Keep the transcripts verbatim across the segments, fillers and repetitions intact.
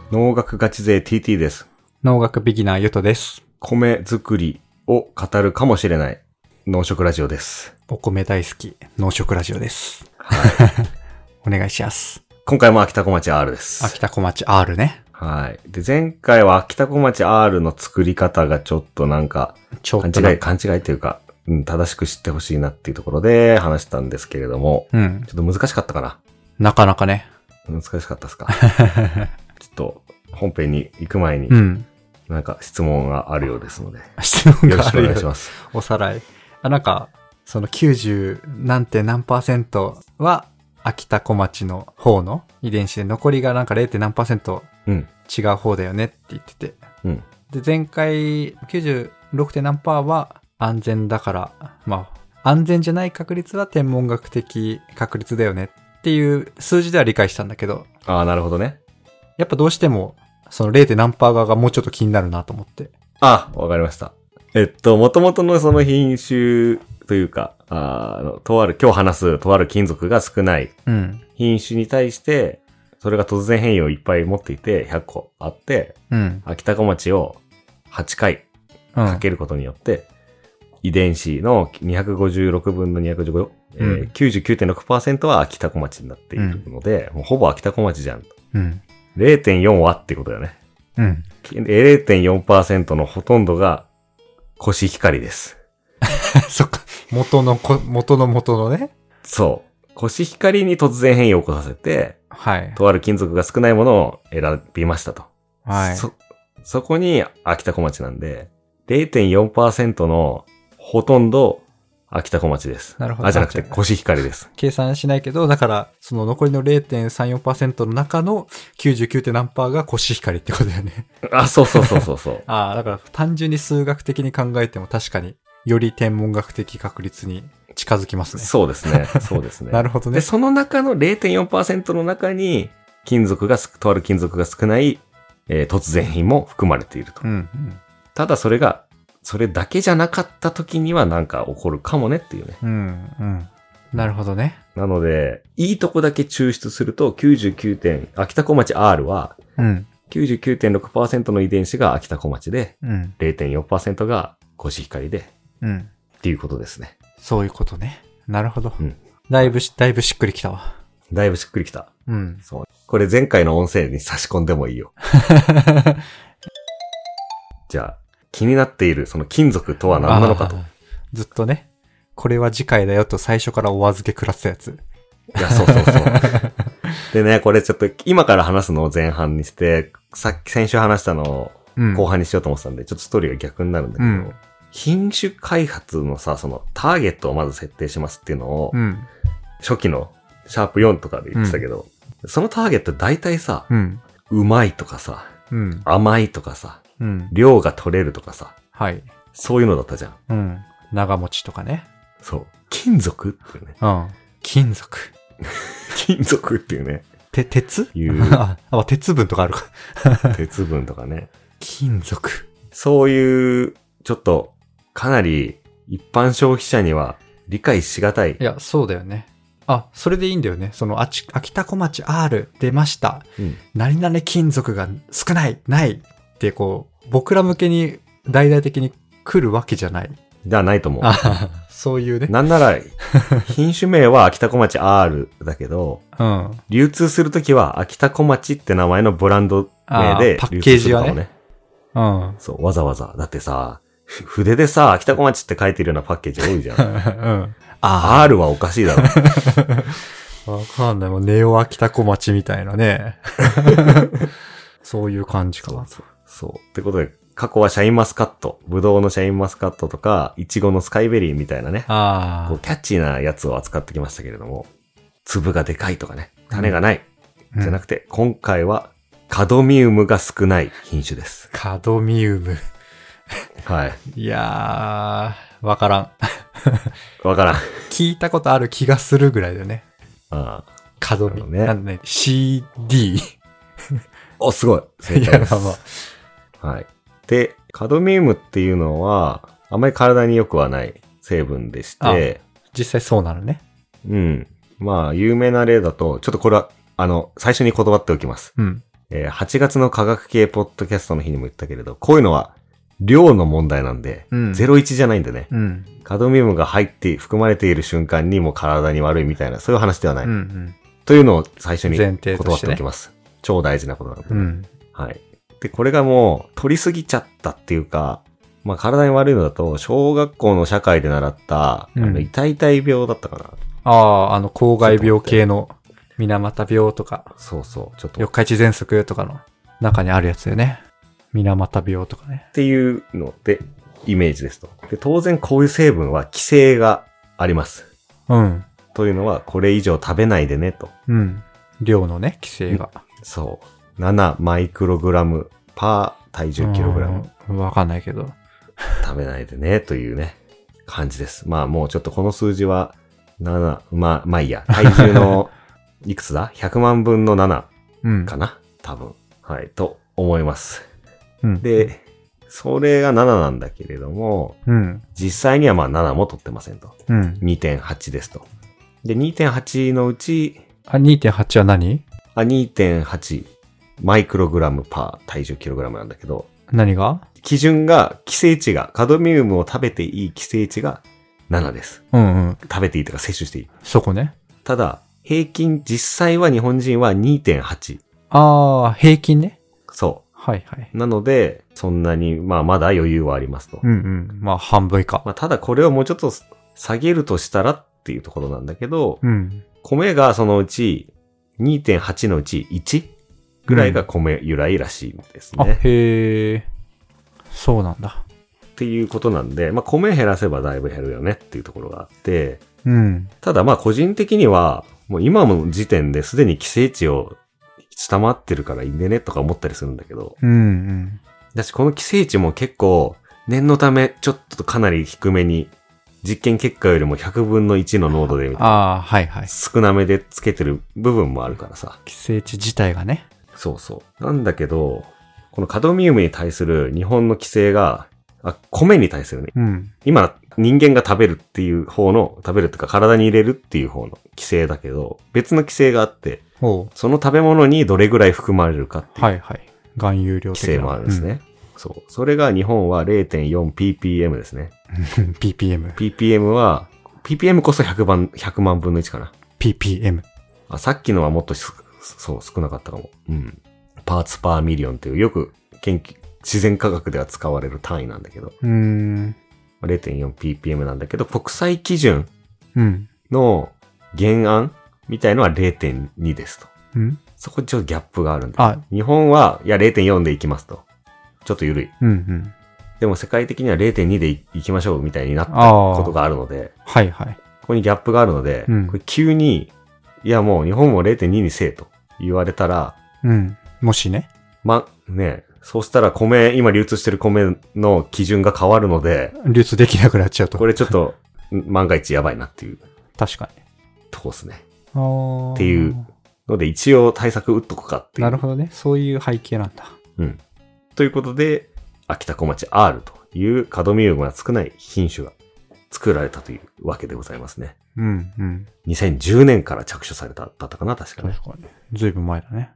農学ガチ勢 ティーティー です。 農学ビギナーゆとです。 米作りを語るかもしれない農食ラジオです。 お米大好き農食ラジオです。 はい。 お願いします。 今回も秋田小町 R です。 秋田小町 R ね。 はい。で、前回は秋田小町 R の作り方がちょっとなんか、 ちょっと勘違い、勘違いというか、うん、正しく知ってほしいなっていうところで話したんですけれども、 うん。 ちょっと難しかったかな。 なかなかね。 難しかったですか。ちょっと本編に行く前に、 うん。 なんか質問があるようですので、 質問よろしくおがあるよ願いします。 おさらい。あ、なんか、そのきゅうじゅう何点何パーセントは秋田小町の方の遺伝子で、残りがなんか ゼロ. 何パーセントうん違う方だよねって言ってて。 うん。 で、前回 きゅうじゅうろく. 何パーは安全だから、まあ、安全じゃない確率は天文学的確率だよねっていう数字では理解したんだけど。 ああ、なるほどね。 やっぱどうしても、その ゼロ. 何パー側がもうちょっと気になるなと思って。 あ、わかりました。えっと、元々のその品種というか、あの、とある、今日話すとある金属が少ない品種に対して、それが突然変異をいっぱい持っていて、ひゃっこあって、 うん、 秋田小町をはちかいかけることによって、うん、遺伝子のにひゃくごじゅうろくぶんのにひゃくごじゅうご、うんえー、きゅうじゅうきゅうてんろくパーセント は秋田小町になっているので、うん、もうほぼ秋田小町じゃん。 うん、 ゼロてんよん はってことだよね。 うん。 ゼロてんよんパーセント のほとんどがコシヒカリです。 そっか。元のこ、元の元のね。 そう。コシヒカリに突然変異を起こさせて、 はい。 とある金属が少ないものを選びましたと。 はい。 そ、そこに秋田小町なんで、ゼロてんよんパーセント のほとんど秋田小町です。 なるほど。 あ、じゃなくてコシヒカリです。 計算しないけど、だから、その残りの ゼロてんさんよんパーセント の中の きゅうじゅうきゅう. 何パーがコシヒカリってことだよね。 あ、そうそうそうそうそう。 ああ、だから単純に数学的に考えても確かにより天文学的確率に近づきますね。 そうですね。そうですね。 なるほどね。 で、その中の ゼロてんよんパーセント の中に金属が、とある金属が少ない、えー、突然変異も含まれていると。 うんうん、 ただそれが、それだけじゃなかった時にはなんか起こるかもねっていうね。 うんうん。なるほどね。 なので、いいとこだけ抽出するときゅうじゅうきゅうてん、秋田小町 R は、うん、きゅうじゅうきゅうてんろくパーセント の遺伝子が秋田小町で、うん、ゼロてんよんパーセント がコシヒカリで、うん、っていうことですね。 そういうことね。なるほど。うん、だいぶし、だいぶしっくりきたわ。 だいぶしっくりきた。 うん。 そう。これ前回の音声に差し込んでもいいよ。じゃあ、気になっているその金属とは何なのかと。 ずっとね、これは次回だよと最初からお預け食らってたやつ。 いや、そうそうそう。でね、これちょっと今から話すのを前半にして、さっき先週話したのを後半にしようと思ってたんで、うん、ちょっとストーリーが逆になるんだけど、うん、品種開発のさ、そのターゲットをまず設定しますっていうのを、うん、初期のシャープよんとかで言ってたけど、うん、そのターゲット大体さ、うん、うまいとかさ、うん、甘いとかさ、うん、量が取れるとかさ、 はい。 そういうのだったじゃん。 うん。長持ちとかね。 そう。金属っていうね。 うん。金属。 金属っていうね。 て、鉄いうあ、あ、鉄分とかあるか。 鉄分とかね。 金属。 そういう、ちょっと、かなり一般消費者には理解しがたい。 いや、そうだよね。あ、それでいいんだよね。その、あち、秋田小町 R 出ました。うん。何々金属が少ない、ないってこう、僕ら向けに大々的に来るわけじゃない。 じゃないと思う。 あ、そういうね。 なんなら、品種名は秋田小町 R だけど、うん。流通するときは秋田小町って名前のブランド名で流通するかもね。 パッケージはね。うん。 そう、わざわざ。だってさ、筆でさ、秋田小町って書いてるようなパッケージ多いじゃん。うん。あ R はおかしいだろ。 わかんない。もうネオ秋田小町みたいなね。そういう感じかな。 そう。そう。ってことで、過去はシャインマスカット、ブドウのシャインマスカットとか、イチゴのスカイベリーみたいなね。ああ。こうキャッチーなやつを扱ってきましたけれども、粒がでかいとかね、種がない。うん、じゃなくて、今回はカドミウムが少ない品種です。 カドミウム。 はい。 いやー、わからん。 わからん。 聞いたことある気がするぐらいだよね。 ああ。 カドミウム。ね。なんだね。シーディー。 お、すごい。正解です。いや、まあまあ。はい。で、カドミウムっていうのは、あまり体に良くはない成分でして、 実際そうなのね。 うん。まあ、有名な例だと、ちょっとこれは、あの、最初に断っておきます。うん。 えー、はちがつの科学系ポッドキャストの日にも言ったけれど、こういうのは量の問題なんで、うん、ゼロイチじゃないんでね、うん、カドミウムが入って含まれている瞬間にも体に悪いみたいな、そういう話ではない。うんうん、というのを最初に断っておきます。ね、超大事なことなので、うん。はい。で、これがもう取りすぎちゃったっていうか、まあ体に悪いのだと、小学校の社会で習った、うん、あの、痛々病だったかな。 ああ、あの、口外病系の水俣病とか。 そうそう、ちょっと。 四日市喘息とかの中にあるやつだよね。水俣病とかね。 っていうので、イメージですと。で、当然こういう成分は規制があります。うん。というのは、これ以上食べないでねと。 うん。量のね、規制が。 そう。ななマイクログラムパー体重キログラム。 わかんないけど。 食べないでね、というね、感じです。まあもうちょっとこの数字は、なな、まあ、まあいいや。体重の、いくつだ ?ひゃく 万分のななかな、うん、多分。はい、と思います。うん、で、それがなななんだけれども、うん、実際にはまあななも取ってませんと。うん、にてんはち ですと。で、にてんはち のうち、 あ、にてんはち は何？ あ、にてんはち マイクログラムパー体重キログラムなんだけど、 何が？ 基準が、規制値が、カドミウムを食べていい規制値がななです。うんうん。食べていいとか摂取していい。 そこね。 ただ、平均、実際は日本人は にてんはち。 ああ、平均ね。 そう。 はいはい。 なので、そんなに、まあまだ余裕はありますと。 うんうん。まあ半分以下。 まあただこれをもうちょっと下げるとしたらっていうところなんだけど、うん、米がそのうち にてんはち のうちいちぐらいが米由来らしいんですね。うん、 あ、へえ。そうなんだ。 っていうことなんで、まあ米減らせばだいぶ減るよねっていうところがあって、うん、ただまあ個人的には、もう今の時点ですでに規制値を下回ってるからいいんでねとか思ったりするんだけど、うんうん、だしこの規制値も結構念のためちょっとかなり低めに実験結果よりもひゃくぶんのいちの濃度でみたいな、 ああ、はいはい、 少なめでつけてる部分もあるからさ。 規制値自体がね。 そうそう。なんだけど、このカドミウムに対する日本の規制が、あ、米に対するね。うん、今、人間が食べるっていう方の、食べるっていうか体に入れるっていう方の規制だけど、別の規制があって、その食べ物にどれぐらい含まれるかっていう。 はいはい。含有量的な規制もあるんですね。うん、そう。それが日本は れいてんよんピーピーエム ですね。 ピーピーエム。 ピーピーエム は、ピーピーエム こそひゃくばん、ひゃくまんぶんのいちかな。 ピーピーエム。 あ、さっきのはもっとそう、少なかったかも。うん。パーツパーミリオンっていうよく研究、自然科学では使われる単位なんだけど。うーん。れいてんよんピーピーエム なんだけど、国際基準の原案みたいのは れいてんに ですと。うん、そこにちょっとギャップがあるんで。あ、日本は、いや れいてんよん でいきますと。ちょっと緩い。うんうん、でも世界的には れいてんに でいきましょうみたいになったことがあるので。 はいはい。 ここにギャップがあるので、うん、これ急に、いやもう日本も れいてんに にせえと言われたら、 うん。もしね。 ま、ね、そうしたら米、今流通してる米の基準が変わるので。 流通できなくなっちゃうと。 これちょっと、万が一やばいなっていう。 確かに。 とこですね。あっていうので、一応対策打っとくかっていう。 なるほどね。そういう背景なんだ。 うん。ということで、秋田小町 R というカドミウムが少ない品種が作られたというわけでございますね。うんうん。にせんじゅうねんから着手された、だったかな、確かに。 確かに。ずいぶん前だね。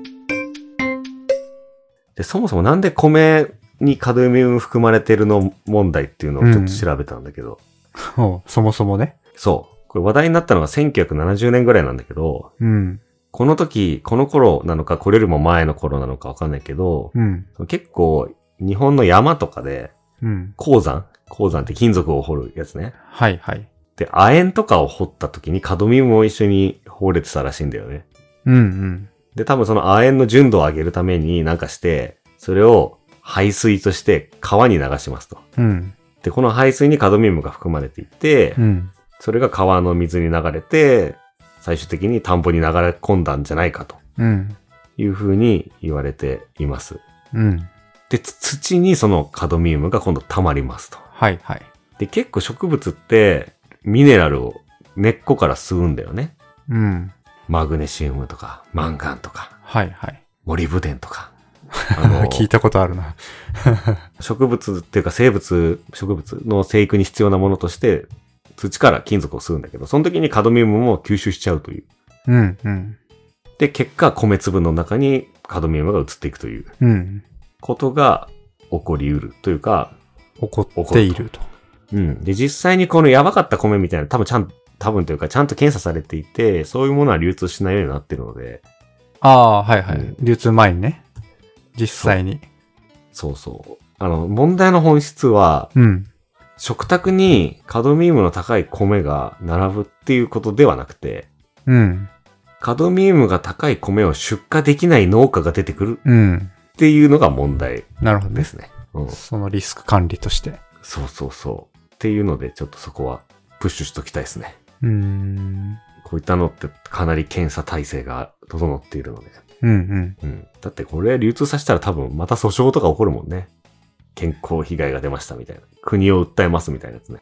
で、そもそもなんで米にカドミウム含まれてるの問題っていうのをちょっと調べたんだけど。 うん、そもそもね。 そう。これ話題になったのがせんきゅうひゃくななじゅうねんぐらいなんだけど、うん、この時、この頃なのか、これよりも前の頃なのかわかんないけど、うん、結構日本の山とかで、うん、鉱山鉱山って金属を掘るやつね。 はいはい。 で、亜鉛とかを掘った時にカドミウムを一緒に掘れてたらしいんだよね。うんうん。で、多分その亜鉛の純度を上げるためになんかして、それを排水として川に流しますと。うん。で、この排水にカドミウムが含まれていて、うん、それが川の水に流れて、最終的に田んぼに流れ込んだんじゃないかと。うん。いう風に言われています。うん。で、土にそのカドミウムが今度溜まりますと。 はいはい。 で、結構植物ってミネラルを根っこから吸うんだよね。うん。マグネシウムとか、マンガンとか。 はいはい。 モリブデンとか。 あの聞いたことあるな。 植物っていうか生物、植物の生育に必要なものとして土から金属を吸うんだけど、その時にカドミウムも吸収しちゃうという。うんうん。で、結果米粒の中にカドミウムが移っていくといううん。 ことが起こり得るというか、 起こっていると。 うん。で、実際にこのやばかった米みたいな、多分ちゃん、多分というかちゃんと検査されていて、そういうものは流通しないようになってるので。 ああ、はいはい、うん。流通前にね。実際に。 そうそうそう。あの、問題の本質は、うん。食卓にカドミウムの高い米が並ぶっていうことではなくて、うん。カドミウムが高い米を出荷できない農家が出てくる。うん。っていうのが問題ですね。 なるほどですね。うん。そのリスク管理として。 そうそうそう。っていうので、ちょっとそこはプッシュしときたいですね。うーん。こういったのってかなり検査体制が整っているので。うんうん。うん。だってこれ流通させたら多分また訴訟とか起こるもんね。健康被害が出ましたみたいな。国を訴えますみたいなやつね。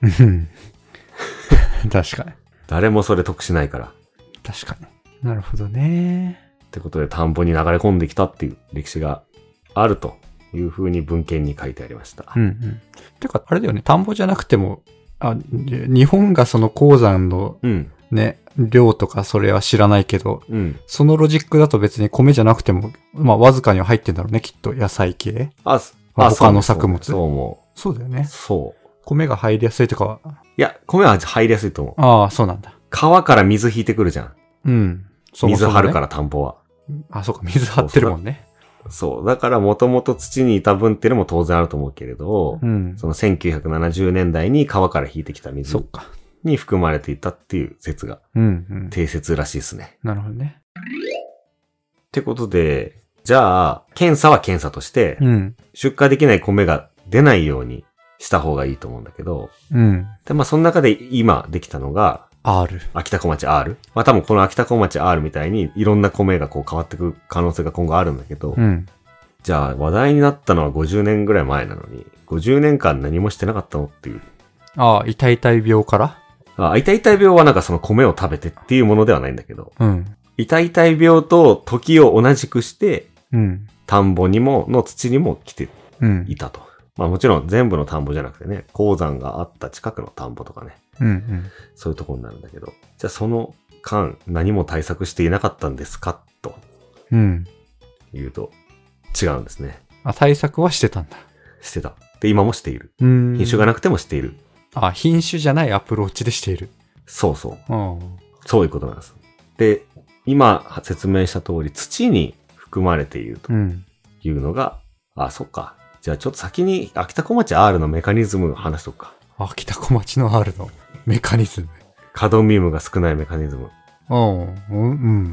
確かに。 誰もそれ得しないから。 確かに。なるほどね。 ってことで田んぼに流れ込んできたっていう歴史があるという風に文献に書いてありました。うんうん。 てか、あれだよね。田んぼじゃなくても、あ、日本がその鉱山のね、うん、量とかそれは知らないけど、うん、そのロジックだと別に米じゃなくても、まあわずかには入ってんだろうね、きっと野菜系。あ、まあ、他の作物。 そう思う。 そうだよね。 そう。 米が入りやすいとかは。 いや、米は入りやすいと思う。 ああ、そうなんだ。 川から水引いてくるじゃん。うん。そもそもね、水張るから田んぼは。 あ、そうか、水張ってるもんね。 そう。だからもともと土にいた分っていうのも当然あると思うけれど、うん、そのせんきゅうひゃくななじゅうねんだいに川から引いてきた水に含まれていたっていう説が、定説らしいですね。 なるほどね。 ってことで、じゃあ、検査は検査として、うん、出荷できない米が出ないようにした方がいいと思うんだけど、うん、で、まあその中で今できたのが、 R。 秋田小町 R。まあ多分この秋田小町 R みたいにいろんな米がこう変わってくる可能性が今後あるんだけど、うん、じゃあ話題になったのはごじゅうねんぐらい前なのに、ごじゅうねんかん何もしてなかったのっていう。 ああ、痛々病からああ、痛々病はなんかその米を食べてっていうものではないんだけど、うん、痛々病と時を同じくして、うん、田んぼにも、の土にも来ていたと。うん、まあもちろん全部の田んぼじゃなくてね、鉱山があった近くの田んぼとかね。うんうん、そういうところになるんだけど、じゃあその間何も対策していなかったんですかと、うん、言うと違うんですね。 あ、対策はしてたんだ。 してた。で、今もしている。品種がなくてもしている。 あ、品種じゃないアプローチでしている。 そうそう。うん、そういうことなんです。で、今説明した通り土に含まれているというのが、うん、あ、そっか。じゃあちょっと先に秋田小町 R のメカニズム話しとくか。 秋田小町の R のメカニズム。 カドミウムが少ないメカニズム。 うん、うん。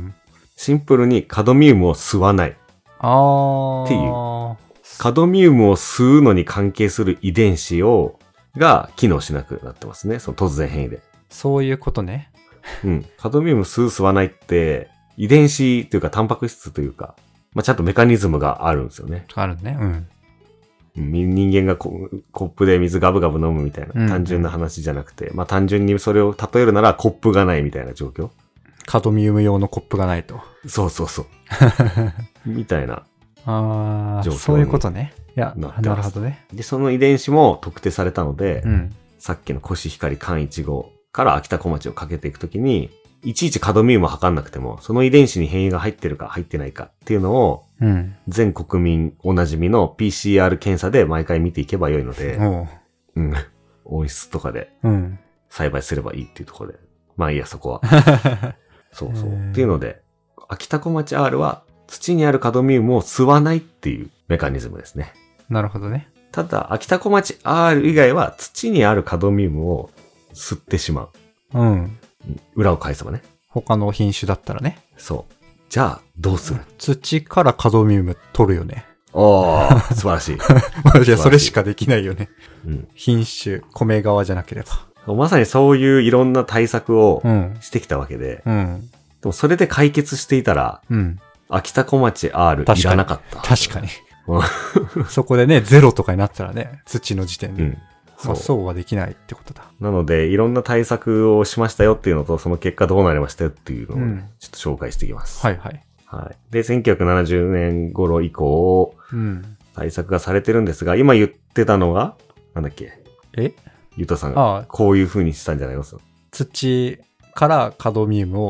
シンプルにカドミウムを吸わない。あっていう。カドミウムを吸うのに関係する遺伝子を、が機能しなくなってますね。その突然変異で。 そういうことね。 うん。カドミウム吸う吸わないって、遺伝子というかタンパク質というか、まあ、ちゃんとメカニズムがあるんですよね。 あるね。うん。 人間がコップで水ガブガブ飲むみたいな単純な話じゃなくて、うん、まあ単純にそれを例えるならコップがないみたいな状況。 カドミウム用のコップがないと。 そうそうそう。みたいなああ、そういうことね。いや、なるほどね。 で、その遺伝子も特定されたので、うん、さっきのコシヒカリ缶いちごから秋田小町をかけていくときに、いちいちカドミウムを測んなくても、その遺伝子に変異が入ってるか入ってないかっていうのを、うん、全国民おなじみの ピーシーアール 検査で毎回見ていけばよいので、うん、温室とかで栽培すればいいっていうところで、まあいいや、そこは。そうそう。っていうので、秋田小町 R は土にあるカドミウムを吸わないっていうメカニズムですね。 なるほどね。 ただ、秋田小町 R 以外は土にあるカドミウムを吸ってしまう。うん。裏を返せばね。 他の品種だったらね。 そう。じゃあ、どうする？ 土からカドミウム取るよね。 ああ、素晴らしい。 いや、それしかできないよね。うん、品種、米側じゃなければ。 まさにそういういろんな対策をしてきたわけで。うん、でもそれで解決していたら、うん、秋田小町 R いらなかった。 確かに。確かに。そこでね、ゼロとかになったらね、土の時点で。うんそう。そうはできないってことだ。 なので、いろんな対策をしましたよっていうのと、その結果どうなりましたよっていうのを、ねうん、ちょっと紹介していきます。 はいはい。 はい。で、せんきゅうひゃくななじゅうねん頃以降、うん、対策がされてるんですが、今言ってたのが、なんだっけ？ え？ ゆうたさんがこういう風にしたんじゃないの？ 土からカドミウムを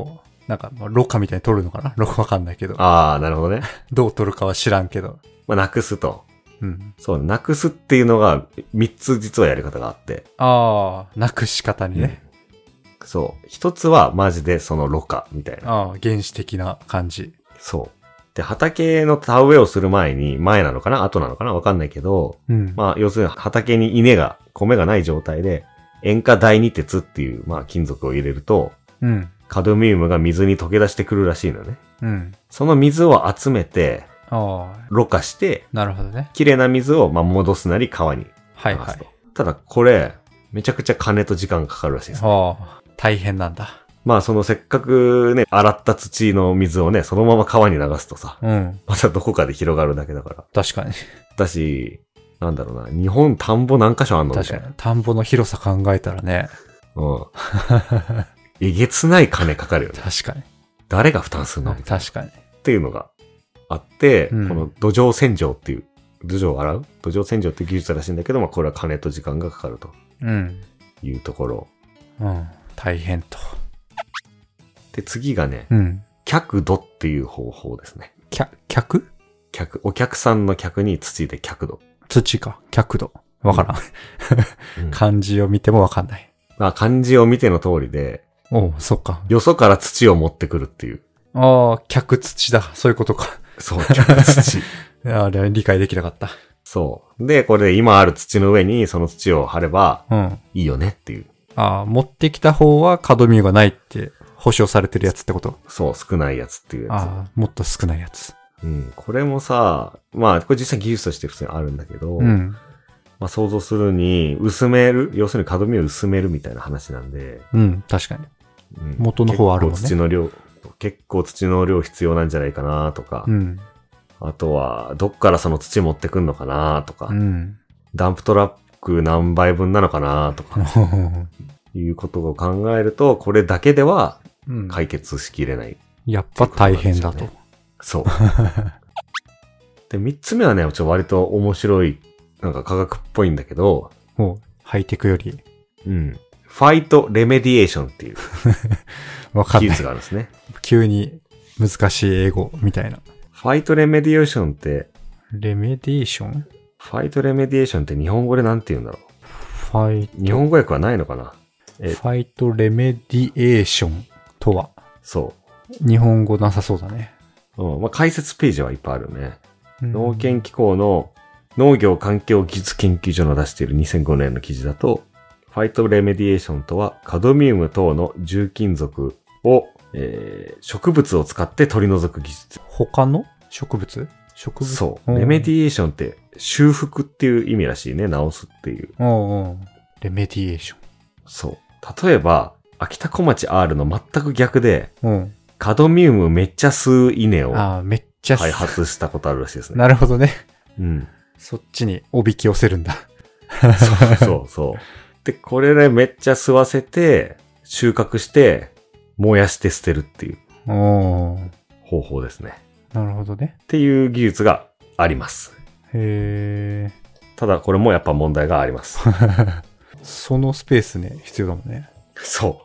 なんか、まあ、ろ過みたいに取るのかなろ過わかんないけど。 ああ、なるほどね。 どう取るかは知らんけど。 まあ、なくすと。 うん。 そう、なくすっていうのがみっつ実はやり方があって。 ああ、なくし方にね。 うん、そう。一つはマジでそのろ過みたいな。 ああ、原始的な感じ。 そう。で、畑の田植えをする前に、前なのかな後なのかなわかんないけど、うん、まあ、要するに畑に稲が、米がない状態で、塩化第二鉄っていう、まあ、金属を入れると、うん、カドミウムが水に溶け出してくるらしいのね。うん、その水を集めて、ろ過して、 なるほどね。 綺麗な水を、まあ、戻すなり川に流すと。 はいはい。 ただ、これ、めちゃくちゃ金と時間がかかるらしいです、ね。 ああ、大変なんだ。 まあそのせっかくね、洗った土の水をね、そのまま川に流すとさ、うん、またどこかで広がるだけだから。 確かに。 だし、なんだろうな、日本田んぼ何箇所あんのみたいな。 確かに。田んぼの広さ考えたらね。 うん。えげつない金かかるよね。 確かに。 誰が負担するのみたいな。 確かに。 っていうのがあって、うん、この土壌洗浄っていう、土壌を洗う土壌洗浄っていう技術らしいんだけども、これは金と時間がかかると。うん。いうところ。 うん。大変と。 で、次がね、うん、客土っていう方法ですね。 客客客。お客さんの客に土で客土。 土か。客土。わからん。うん、漢字を見てもわかんない。 まあ、漢字を見ての通りで。 おう、そっか。 よそから土を持ってくるっていう。 ああ、客土だ。そういうことか。 そう、客土。 あれ、理解できなかった。 そう。で、これで今ある土の上にその土を張れば、うん、いいよねっていう。 ああ、持ってきた方はカドミウムがないって。保証されてるやつってこと？ そう、少ないやつっていうやつ。 ああ、もっと少ないやつ。 うん。これもさ、まあ、これ実際技術として普通にあるんだけど、うん、まあ想像するに、薄める、要するにカドミウムを薄めるみたいな話なんで。 うん、確かに。うん、元の方はあるもんね。 結構土の量、結構土の量必要なんじゃないかなとか、うん、あとは、どっからその土持ってくんのかなとか、うん、ダンプトラック何倍分なのかなとか、いうことを考えると、これだけでは、解決しきれない、 うん。やっぱ大変だと。 そう。で、三つ目はね、ちょっと割と面白い、なんか科学っぽいんだけど、 もう、ハイテクより。 うん。ファイトレメディエーションっていう。 わかんない。 技術があるんですね。 急に難しい英語みたいな。 ファイトレメディエーションって、 レメディエーション？ ファイトレメディエーションって日本語でなんて言うんだろう。 ファイト。 日本語訳はないのかな？ ファイトレメディエーションとは？ そう。 日本語なさそうだね。 うん。まあ、解説ページはいっぱいあるね。うん、農研機構の農業環境技術研究所の出しているにせんごねんの記事だと、ファイトレメディエーションとはカドミウム等の重金属を、えー、植物を使って取り除く技術。 他の植物？植物？ そう。レメディエーションって修復っていう意味らしいね。直すっていう。 おうおう。レメディエーション。 そう。例えば、秋田小町 R の全く逆で、うん、カドミウムめっちゃ吸う稲を開発したことあるらしいですね。 なるほどね。 うん。 そっちにおびき寄せるんだ。 そうそうそう。で、これでめっちゃ吸わせて、収穫して、燃やして捨てるっていう方法ですね。 なるほどね。 っていう技術があります。 へー。 ただこれもやっぱ問題があります。 そのスペースね、必要だもんね。 そう。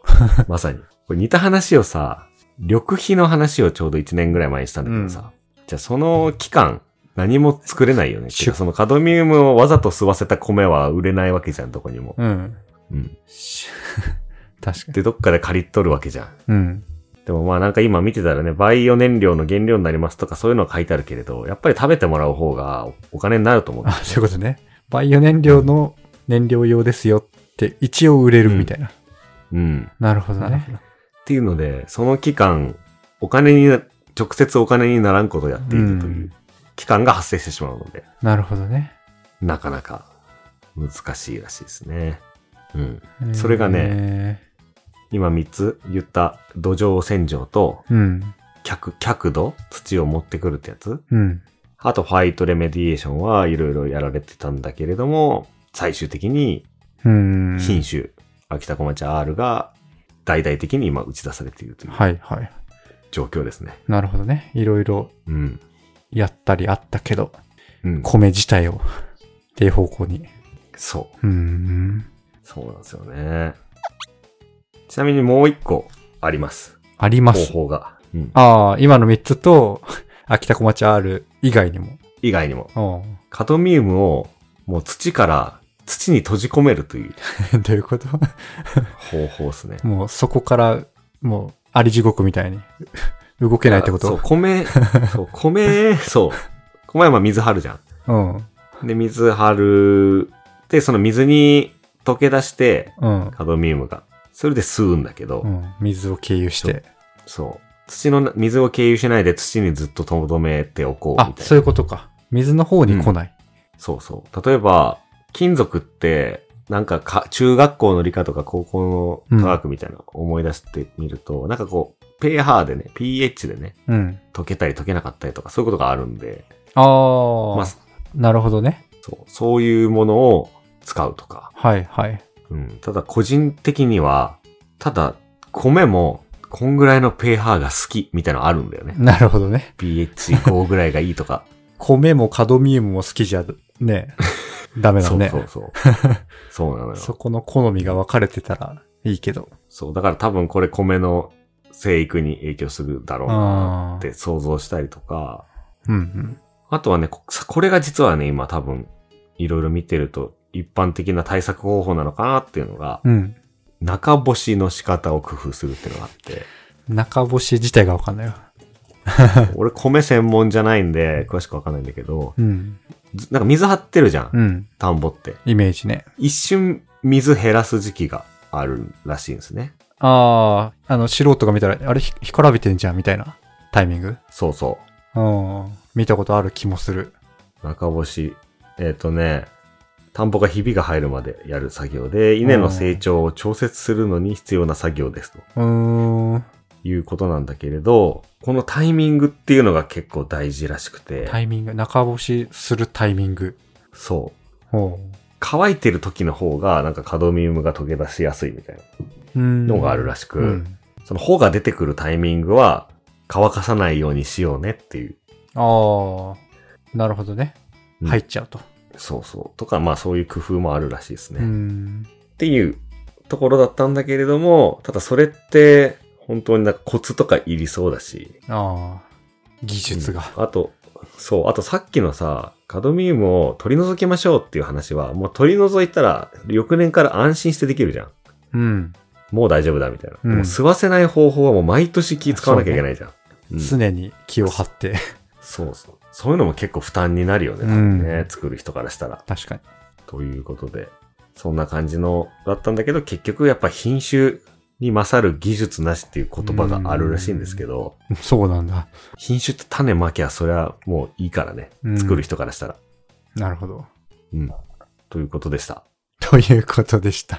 まさに。これ似た話をさ、緑肥の話をちょうどいちねんぐらい前にしたんだけどさ、うん、じゃあその期間、何も作れないよね。そのカドミウムをわざと吸わせた米は売れないわけじゃん、どこにも。うん。うん。 確かに。 で、どっかで借り取るわけじゃん。 うん。 でもまあなんか今見てたらね、バイオ燃料の原料になりますとかそういうのは書いてあるけれど、やっぱり食べてもらう方がお金になると思う、ね。 あ、そういうことね。バイオ燃料の燃料用ですよって一応売れるみたいな。 うん。うん、 なるほどね。 っていうので、その期間、お金に、直接お金にならんことをやっているという期間が発生してしまうので。 なるほどね。 なかなか難しいらしいですね。うん。それがね、今みっつ言った土壌洗浄と、うん、脚、脚土、土を持ってくるってやつ。うん。あとファイトレメディエーションはいろいろやられてたんだけれども、最終的に、品種、秋田小町 R が大々的に今打ち出されているという。 はいはい。 状況ですね。 なるほどね。いろいろ、やったりあったけど、うん、米自体を、っていう方向に。 そう。 うーん。 そうなんですよね。ちなみにもう一個あります。 あります。 方法が。うん、 ああ、今のみっつと、秋田小町 R 以外にも。 以外にも。カドミウムをもう土から土に閉じ込めるという。 どういうこと方法ですね。 もうそこから、もう、あり地獄みたいに動けないってこと？ そう、米、そう、米、そう。米はまあ水張るじゃん。 うん。 で、水張る。で、その水に溶け出して、うん、カドミウムが。それで吸うんだけど。 うん、水を経由して。 そう。土の水を経由しないで土にずっと留めておこうみたいな。 あ、そういうことか。水の方に来ない。うん、 そうそう。例えば、金属って、なんかか、中学校の理科とか高校の科学みたいなのを思い出してみると、うん、なんかこう、pH でね、pH でね、うん、溶けたり溶けなかったりとか、そういうことがあるんで。 ああ、まあ、なるほどね。 そう。そういうものを使うとか。 はいはい。 うん。ただ個人的には、ただ、米も、こんぐらいの pH が好きみたいなのあるんだよね。 なるほどね。 ピーエイチご ぐらいがいいとか。 米もカドミウムも好きじゃ、ね、ダメだね。 そうそうそう。そうなのよ。 そこの好みが分かれてたらいいけど。 そう、だから多分これ米の生育に影響するだろうなって想像したりとか。 うんうん。 あとはね、これが実はね、今多分いろいろ見てると一般的な対策方法なのかなっていうのが、うん。中干しの仕方を工夫するっていうのがあって。 中干し自体がわかんないよ。 俺米専門じゃないんで、詳しくわかんないんだけど、うん、なんか水張ってるじゃん、うん。田んぼって。 イメージね。 一瞬水減らす時期があるらしいんですね。 ああ、あの素人が見たら、あれ干からびてんじゃんみたいなタイミング？ そうそう。 うん。見たことある気もする。 中干し。えっ、ー、とね、田んぼがひびが入るまでやる作業で、稲の成長を調節するのに必要な作業ですと。うーん。いうことなんだけれど、このタイミングっていうのが結構大事らしくて。 タイミング、中干しするタイミング。 そう。ほう。乾いてる時の方が、なんかカドミウムが溶け出しやすいみたいなのがあるらしく、うん、その穂が出てくるタイミングは乾かさないようにしようねっていう。 ああ、なるほどね。入っちゃうと。 うん、そうそう。とか、まあそういう工夫もあるらしいですね。うん、っていうところだったんだけれども、ただそれって、本当になんかコツとかいりそうだし。 ああ。技術が、 うん。あと、そう。あとさっきのさ、カドミウムを取り除きましょうっていう話は、もう取り除いたら、翌年から安心してできるじゃん。うん。もう大丈夫だみたいな。うん、もう吸わせない方法はもう毎年気使わなきゃいけないじゃん。 うん、常に気を張って。 そうそう。そういうのも結構負担になるよね。多分ね、うん、作る人からしたら。 確かに。 ということで、そんな感じのだったんだけど、結局やっぱ品種、に勝る技術なしっていう言葉があるらしいんですけど。 そうなんだ。 品種って種まきゃそりゃもういいからね。作る人からしたら。 なるほど。 うん。ということでした。 ということでした。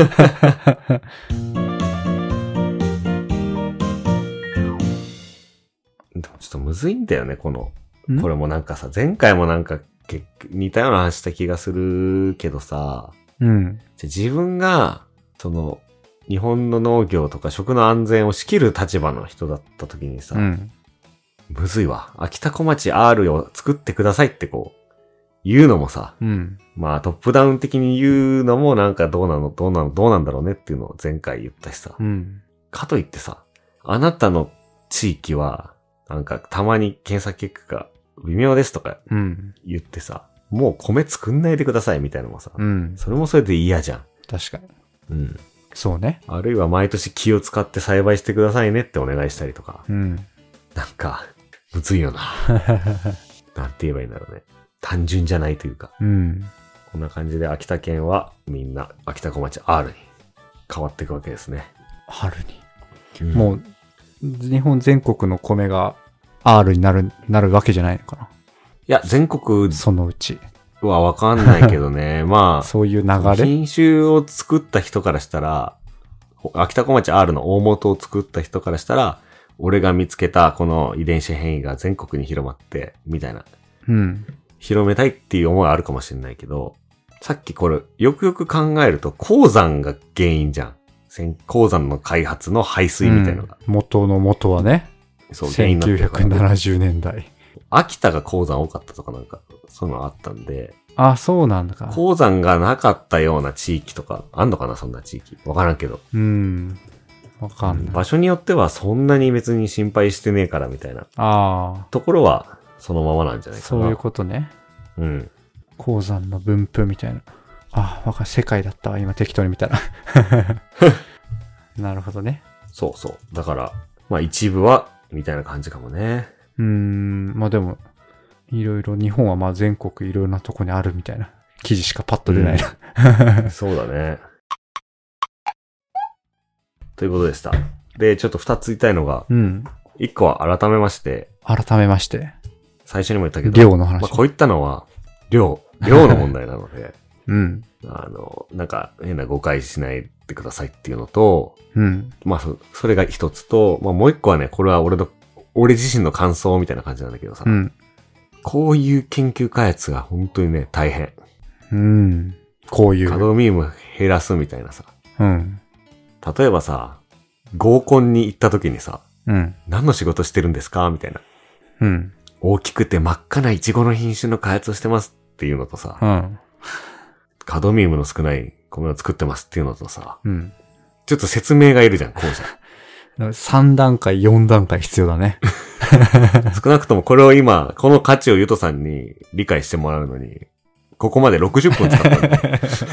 でもちょっとむずいんだよね、この。これもなんかさ、前回もなんか似たような話した気がするけどさ。うん。じゃ自分が、その、日本の農業とか食の安全を仕切る立場の人だった時にさ、うん、むずいわ。秋田小町 R を作ってくださいってこう、言うのもさ、うん、まあトップダウン的に言うのもなんかどうなの、どうなの、どうなんだろうねっていうのを前回言ったしさ、うん、かといってさ、あなたの地域は、なんかたまに検査結果が微妙ですとか言ってさ、うん、もう米作んないでくださいみたいなのもさ、うん、それもそれで嫌じゃん。 確かに。 うん。 そうね。 あるいは毎年気を使って栽培してくださいねってお願いしたりとか。うん。なんか、むずいよな。なんて言えばいいんだろうね。単純じゃないというか。うん。こんな感じで秋田県はみんな秋田小町 R に変わっていくわけですね。 R に。うん、もう、日本全国の米が R になる、なるわけじゃないのかな。いや、全国。 そのうち。 はわかんないけどね。まあ。 そういう流れ。 品種を作った人からしたら、秋田小町 R の大元を作った人からしたら、俺が見つけたこの遺伝子変異が全国に広まって、みたいな。うん。広めたいっていう思いはあるかもしれないけど、さっきこれ、よくよく考えると、鉱山が原因じゃん。鉱山の開発の排水みたいなのが。 うん、元の元はね。そう、せんきゅうひゃくななじゅうねんだい。 秋田が鉱山多かったとかなんか、そういうのあったんで。 あ、そうなんだか。 鉱山がなかったような地域とか、あんのかなそんな地域。わからんけど。うん。 わかんない。 場所によってはそんなに別に心配してねえからみたいな。 ああ。 ところはそのままなんじゃないかな。 そういうことね。 うん。 鉱山の分布みたいな。あ、わかる。世界だったわ。今適当に見たら。なるほどね。 そうそう。だから、まあ一部は、みたいな感じかもね。 うーん。まあでも、いろいろ、日本はまあ全国いろいろなとこにあるみたいな記事しかパッと出ないな。 うん、そうだね。ということでした。で、ちょっと二つ言いたいのが、うん。一個は改めまして。 改めまして。 最初にも言ったけど。 量の話。 まあこういったのは、量、量の問題なので。 うん。 あの、なんか変な誤解しないでくださいっていうのと、 うん。 まあそ、それが一つと、まあもう一個はね、これは俺の、俺自身の感想みたいな感じなんだけどさ。 うん。 こういう研究開発が本当にね、大変。 うん。こういう。 カドミウム減らすみたいなさ。 うん。 例えばさ、合コンに行った時にさ、 うん。 何の仕事してるんですかみたいな。 うん。 大きくて真っ赤なイチゴの品種の開発をしてますっていうのとさ、 うん。 カドミウムの少ない米を作ってますっていうのとさ、 うん。 ちょっと説明がいるじゃん、こうじゃん。 さん段階、よん段階必要だね。 少なくともこれを今、この価値をゆとさんに理解してもらうのに、ここまでろくじゅっぷん使ったんだよ。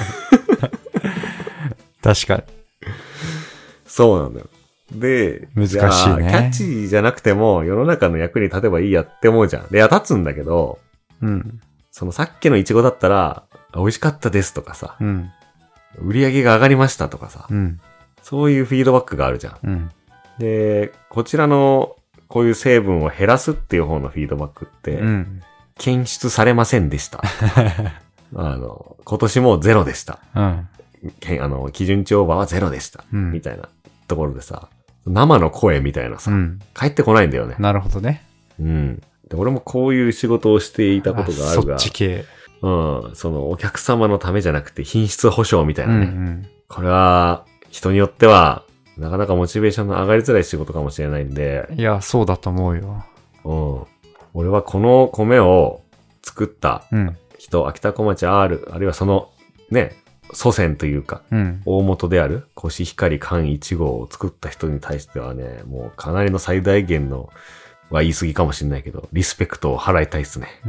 確かに。 そうなんだよ。で、 難しいね。 キャッチーじゃなくても世の中の役に立てばいいやって思うじゃん。で、いや、立つんだけど、 うん。 そのさっきのイチゴだったら、美味しかったですとかさ、 うん。 売り上げが上がりましたとかさ、 うん。 そういうフィードバックがあるじゃん。 うん。 で、こちらのこういう成分を減らすっていう方のフィードバックって、うん、検出されませんでした。あの、今年もゼロでした。 うん。 あの、基準値オーバーはゼロでした。うん、みたいなところでさ、生の声みたいなさ、うん、返ってこないんだよね。 なるほどね。 うん。で、俺もこういう仕事をしていたことがあるが、 そっち系。 うん。そのお客様のためじゃなくて品質保証みたいなね。うんうん、これは、人によっては、なかなかモチベーションの上がりづらい仕事かもしれないんで。 いや、そうだと思うよ。 うん。俺はこの米を作った人、うん、秋田小町 R、あるいはそのね、祖先というか、うん、大元であるコシヒカリ缶いちごを作った人に対してはね、もうかなりの最大限のは言い過ぎかもしれないけど、リスペクトを払いたいっすね。 うん。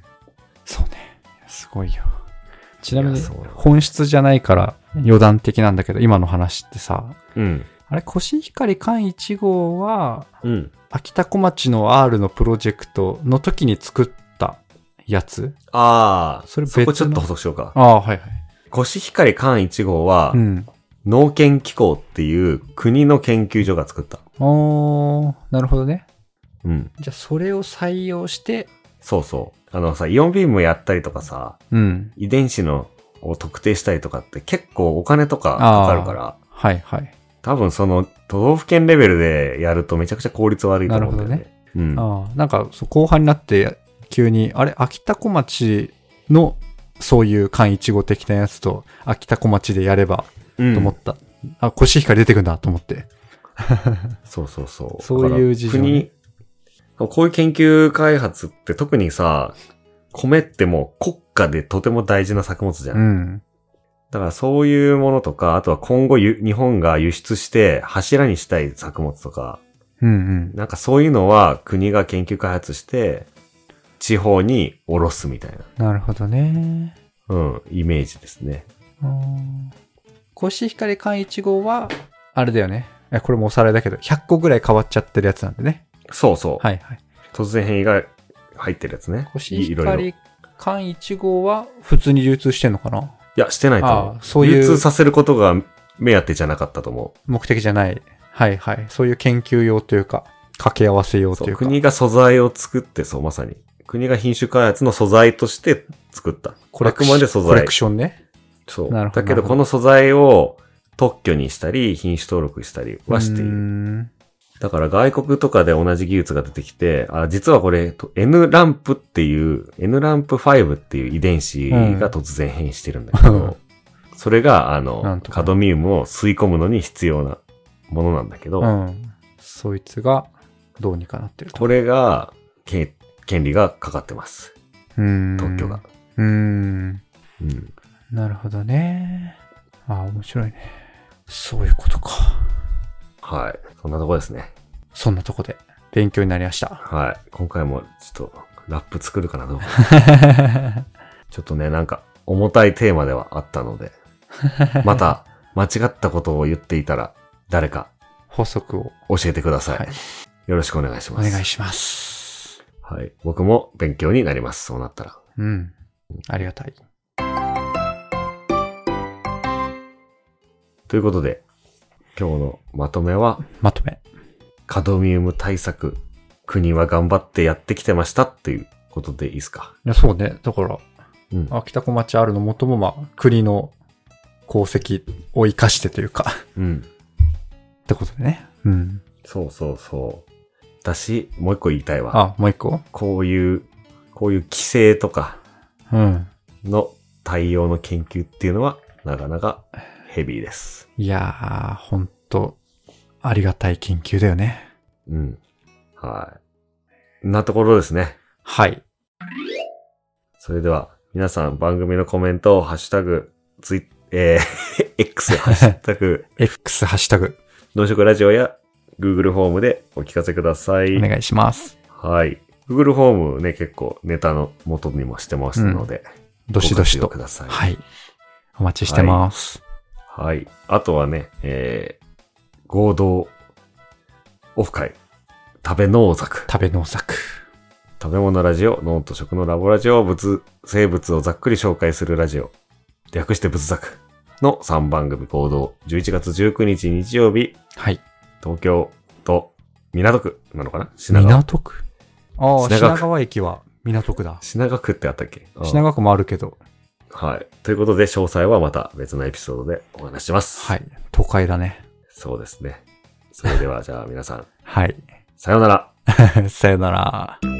そうね。すごいよ。ちなみに本質じゃないから余談的なんだけど、今の話ってさ、 うん、 あれコシヒカリ缶いちごは、うん、秋田小町の R のプロジェクトの時に作ったやつ？ ああ、それ別の。そこちょっと補足しようか。 ああ、はいはい。 コシヒカリ缶いちごは、うん、農研機構っていう国の研究所が作った。 おー、なるほどね。 うん。 じゃあそれを採用して、 そうそう。あのさ、イオンビームやったりとかさ、 うん、 遺伝子のを特定したりとかって結構お金とかかかるから、 はいはい。 多分その都道府県レベルでやるとめちゃくちゃ効率悪いと思うんだよね。 なるほどね。うん。ああ、なんか後半になって急に、あれ、秋田小町のそういう缶いちご的なやつと秋田小町でやればと思った。うん、あ、コシヒカリ出てくんだと思って。 そうそうそう。 そういう事情、ね。 国、こういう研究開発って特にさ、米ってもう国家でとても大事な作物じゃん。 うん。 だからそういうものとか、あとは今後日本が輸出して柱にしたい作物とか、 うんうん。 なんかそういうのは国が研究開発して地方に下ろすみたいな。 なるほどね。 うん、イメージですね。 うん。コシヒカリ缶いちごは、あれだよね。これもおさらいだけど、ひゃっこぐらい変わっちゃってるやつなんでね。 そうそう。 はいはい。 突然変異が入ってるやつね。 コシヒカリ缶いちごは普通に流通してんのかな？ いや、してないと思う。 あ、そういう。 流通させることが目当てじゃなかったと思う。 目的じゃない。はいはい。そういう研究用というか、掛け合わせ用というか。 国が素材を作って、そう、まさに。国が品種開発の素材として作った。あくまで素材。 コレクションね。 そう。なるほど。だけど、この素材を特許にしたり、品種登録したりはしている。 うーん、 だから外国とかで同じ技術が出てきて、あ、実はこれ、N ランプっていう、N ランプファイブっていう遺伝子が突然変異してるんだけど、うん、それが、あの、カドミウムを吸い込むのに必要なものなんだけど、 うん、そいつがどうにかなってると。 これが、権利がかかってます。 うーん。 特許が。 うーん。 うん。 なるほどね。ああ、面白いね。そういうことか。 はい。そんなとこですね。 そんなとこで勉強になりました。 はい。今回もちょっとラップ作るかなどうか。ちょっとね、なんか重たいテーマではあったので、また間違ったことを言っていたら誰か補足を教えてください。はい、よろしくお願いします。 お願いします。 はい。僕も勉強になります。そうなったら。 うん。ありがたい。 ということで、今日のまとめは、 まとめ。 カドミウム対策、国は頑張ってやってきてましたっていうことでいいですか？ いや、そうね。だから、 うん、 秋田小町 R の元も、まあ、国の功績を生かしてというか、 うん。 ってことでね。うん。 そうそうそう。だし、もう一個言いたいわ。 あ、もう一個？ こういう、こういう規制とか、 うん。 の対応の研究っていうのは、なかなかヘビーです。 いやー、ほんと、ありがたい研究だよね。 うん。はい。なところですね。 はい。 それでは、皆さん番組のコメントをハッシュタグ、ツイえー、X、ハッシュタグ、 X、ハッシュタグ、 農食ラジオや Google フォームでお聞かせください。 お願いします。 はい。Google フォームね、結構ネタの元にもしてますので、 うん、どしどしと。 ください。 はい。お待ちしてます。 はい。はい、あとはね、えー、合同オフ会、食べ農作。 食べ農作。 食べ物ラジオ、脳と食のラボラジオ、物、生物をざっくり紹介するラジオ、略して物作のさんばん組合同、じゅういちがつじゅうくにち日曜日、 はい。 東京と港区なのかな？品川。 港区？ああ、品川駅は港区だ。 品川区ってあったっけ？ 品川区もあるけど。 はい。ということで、詳細はまた別のエピソードでお話します。 はい。都会だね。 そうですね。それでは、じゃあ皆さん。 はい。 さようなら。 さようなら。